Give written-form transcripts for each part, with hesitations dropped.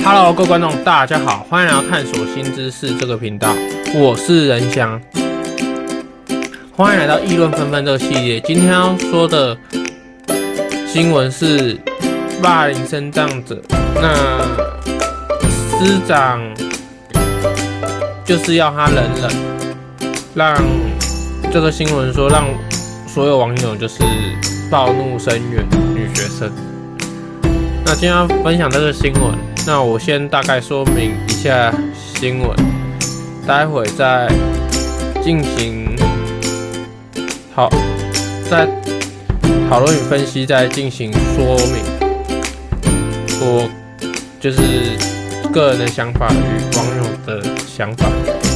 Hello， 各位观众，大家好，欢迎来到探索新知识这个频道，我是仁翔，欢迎来到议论纷纷这个系列。今天要说的新闻是霸凌身障者，那师长就是要他忍忍，让这个新闻说让所有网友就是暴怒声援女学生。那今天要分享这个新闻，那我先大概说明一下新闻，待会再进行再讨论与分析，再进行说明我就是个人的想法与网友的想法。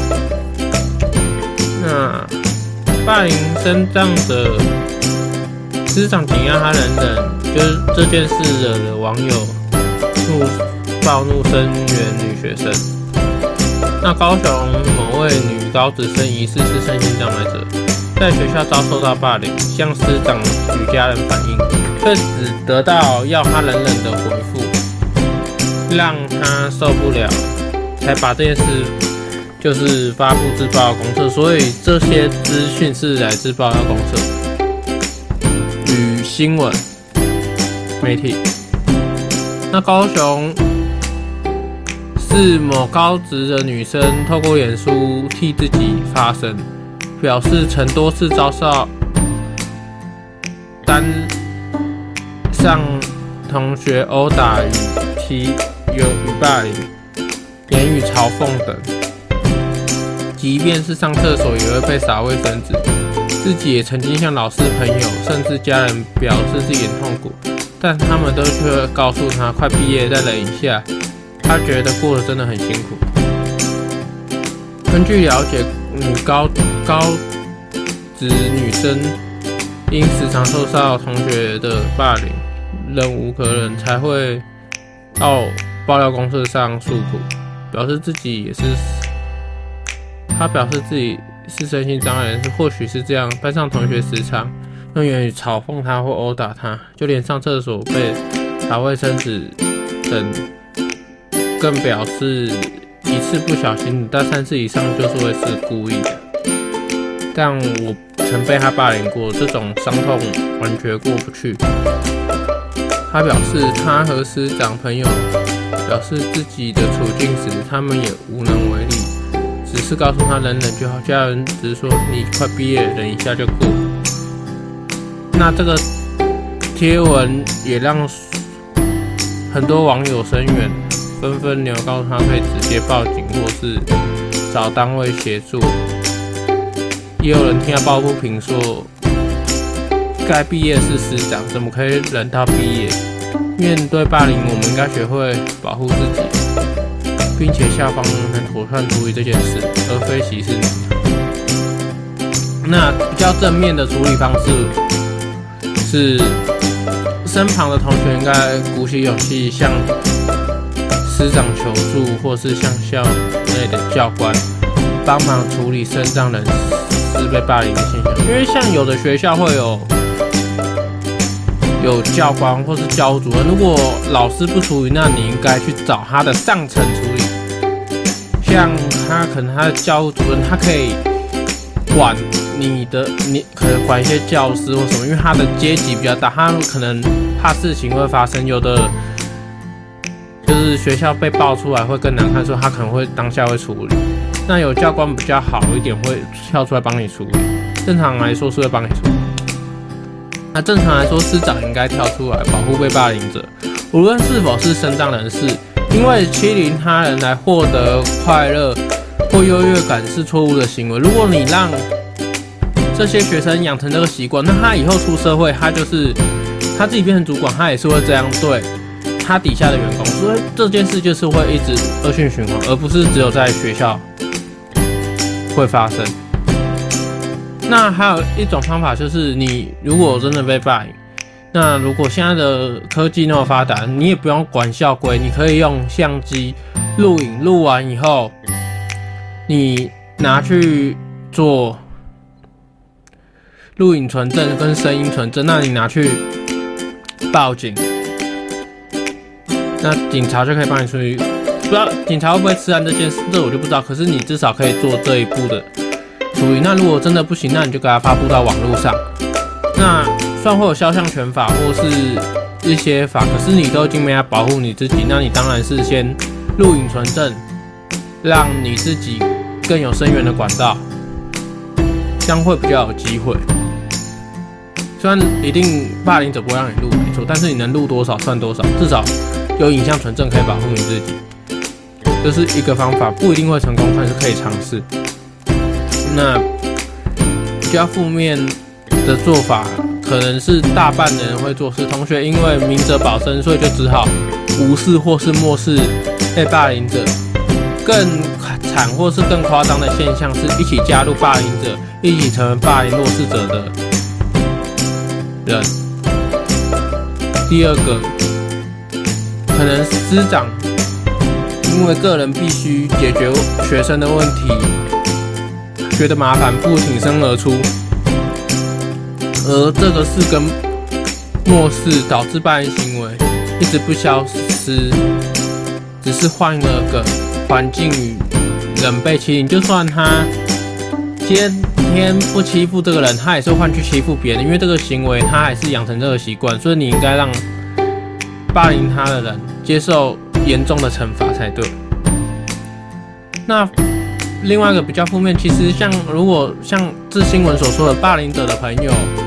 那霸凌身障者师长仅让他忍忍，就是这件事惹的网友暴怒声援女学生。那高雄某位女高职生疑似是身心障碍者，在学校遭受到霸凌，向师长与家人反映，却只得到要他忍忍的回复，让他受不了，才把这件事就是发布至爆料公社。所以这些资讯是来自爆料公社与新闻媒体。那高雄是某高职的女生透过脸书替自己发声，表示曾多次遭受单上同学殴打与霸凌、言语嘲讽等，即便是上厕所也会被撒卫生纸。自己也曾经向老师、朋友甚至家人表示自己很痛苦，但他们都却告诉他快毕业再忍一下，他觉得过得真的很辛苦。根据了解，高职女生因时常受到同学的霸凌，忍无可忍，才会到爆料公社上诉苦，表示自己是身心障碍人士，或许是这样，班上同学时常用言语嘲讽他或殴打他，就连上厕所被撒卫生纸等，更表示一次不小心，但3次以上就是会是故意的。但我曾被他霸凌过，这种伤痛完全过不去。他表示，他和师长朋友表示自己的处境时，他们也无能为力，只是告诉他忍忍就好。家人只是说你快毕业，忍一下就过。那这个贴文也让很多网友声援，纷纷留告诉他可以直接报警或是找单位协助。也有人听到抱不平说，该毕业是师长，怎么可以忍到毕业？面对霸凌，我们应该学会保护自己，并且校方能妥善处理这件事，而非息事宁人。那比较正面的处理方式是，身旁的同学应该鼓起勇气向师长求助，或是向校内的教官帮忙处理身障人士被霸凌的现象。因为像有的学校会有教官或是教务主任，如果老师不处理，那你应该去找他的上层处理。像可能他的教务主任，他可以管你可能管一些教师或什么，因为他的阶级比较大，他可能怕事情会发生，有的就是学校被爆出来会更难看，所以他可能会当下会处理。那有教官比较好一点，会跳出来帮你处理。正常来说是会帮你处理。那正常来说，师长应该跳出来保护被霸凌者，无论是否是身障人士，因为欺凌他人来获得快乐或优越感是错误的行为。如果你让这些学生养成这个习惯，那他以后出社会，他就是他自己变成主管，他也是会这样对他底下的员工，所以这件事就是会一直恶性循环，而不是只有在学校会发生。那还有一种方法，就是你如果真的被霸凌，那如果现在的科技那么发达，你也不用管校规，你可以用相机录影，录完以后你拿去做录影存证跟声音存证，那你拿去报警， 那警察就可以帮你处理。不知道警察会不会吃案这件事，这我就不知道。可是你至少可以做这一步的处理。那如果真的不行，那你就给它发布到网络上。那虽然会有肖像权法或是一些法，可是你都已经没法保护你自己，那你当然是先录影存证，让你自己更有声援的管道，这样会比较有机会。虽然一定霸凌者不会让你录，没错，但是你能录多少算多少，至少有影像存证可以保护你自己，这是一个方法，不一定会成功，但是可以尝试。那比较负面的做法，可能是大半的人会做事，同学因为明哲保身，所以就只好无视或是漠视被霸凌者。更惨或是更夸张的现象是一起加入霸凌者，一起成为霸凌弱势者的人。第二个，可能师长因为个人必须解决学生的问题，觉得麻烦不挺身而出，而这个是跟漠视导致霸凌行为一直不消失，只是换了个环境与人被欺凌。就算他今天不欺负这个人，他也是换去欺负别人，因为这个行为他还是养成这个习惯，所以你应该让霸凌他的人接受严重的惩罚才对。那另外一个比较负面，其实如果像这新闻所说的，霸凌者的朋友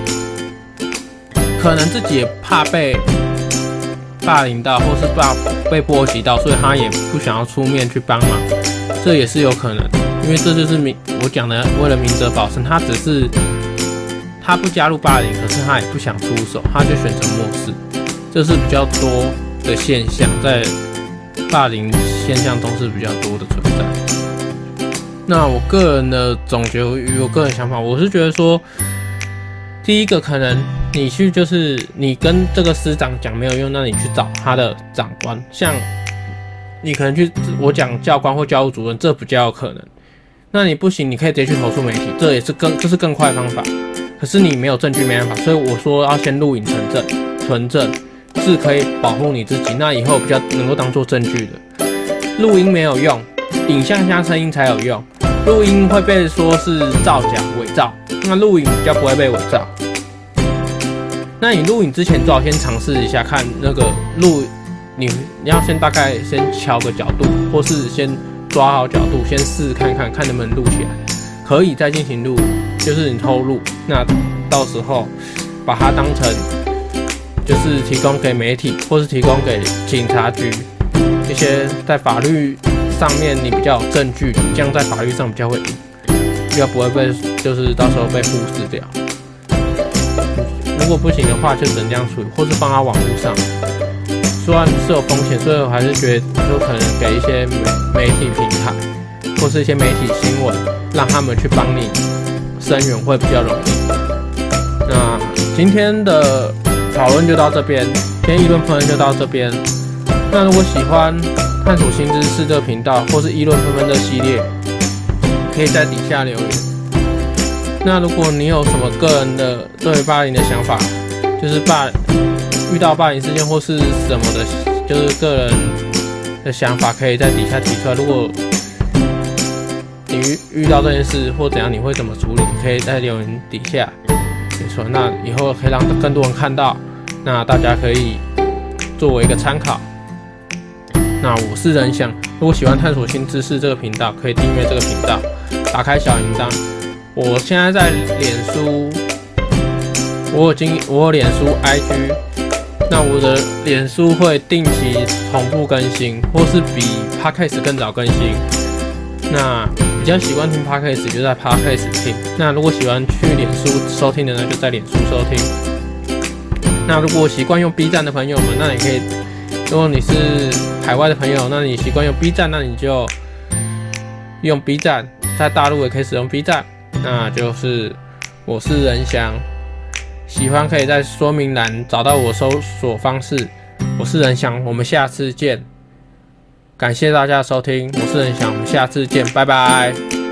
可能自己也怕被霸凌到，或是被波及到，所以他也不想要出面去帮忙，这也是有可能的。因为这就是我讲的，为了明哲保身，他只是他不加入霸凌，可是他也不想出手，他就选择漠视，这是比较多的现象，在霸凌现象中是比较多的存在。那我个人的总结与我个人想法，我是觉得说，第一个可能你去就是你跟这个师长讲没有用，那你去找他的长官，像你可能去我讲教官或教务主任，这比较有可能。那你不行，你可以直接去投诉媒体，这是更快的方法。可是你没有证据没办法，所以我说要先录影存证是可以保护你自己，那以后比较能够当做证据的。录音没有用，影像加声音才有用。录音会被说是造假伪造，那录影比较不会被伪造。那你录影之前最好先尝试一下，看那个你要先大概先调个角度，或是先抓好角度，先试看能不能录起来，可以再进行录，就是你偷录，那到时候把它当成就是提供给媒体，或是提供给警察局一些在法律上面你比较有证据，这样在法律上比较会赢，比较不会被就是到时候被忽视掉。如果不行的话，就只能这样处理，或是放到网络上。虽然是有风险，所以我还是觉得有可能给一些媒体平台，或是一些媒体新闻，让他们去帮你声援会比较容易。那今天的讨论就到这边，今天议论纷纷就到这边。那如果喜欢探索新知识这个频道，或是议论纷纷的系列，可以在底下留言。那如果你有什么个人的对霸凌的想法，就是遇到霸凌事件或是什么的，就是个人的想法，可以在底下提出来。如果你遇到这件事或怎样，你会怎么处理？你可以在留言底下没错，那以后可以让更多人看到，那大家可以作为一个参考。那我是仁翔，如果喜欢探索新知识这个频道，可以订阅这个频道，打开小铃铛。我现在在脸书，我有脸书 IG， 那我的脸书会定期同步更新，或是比 Podcast 更早更新。那比较习惯听 Podcast 就在 Podcast 听，那如果喜欢去脸书收听的呢，就在脸书收听。那如果习惯用 B 站的朋友们，那你可以，如果你是海外的朋友，那你习惯用 B 站，那你就用 B 站，在大陆也可以使用 B 站。那就是我是仁翔，喜欢可以在说明栏找到我搜索方式。我是仁翔，我们下次见。感谢大家的收听，我是仁翔，我们下次见，拜拜。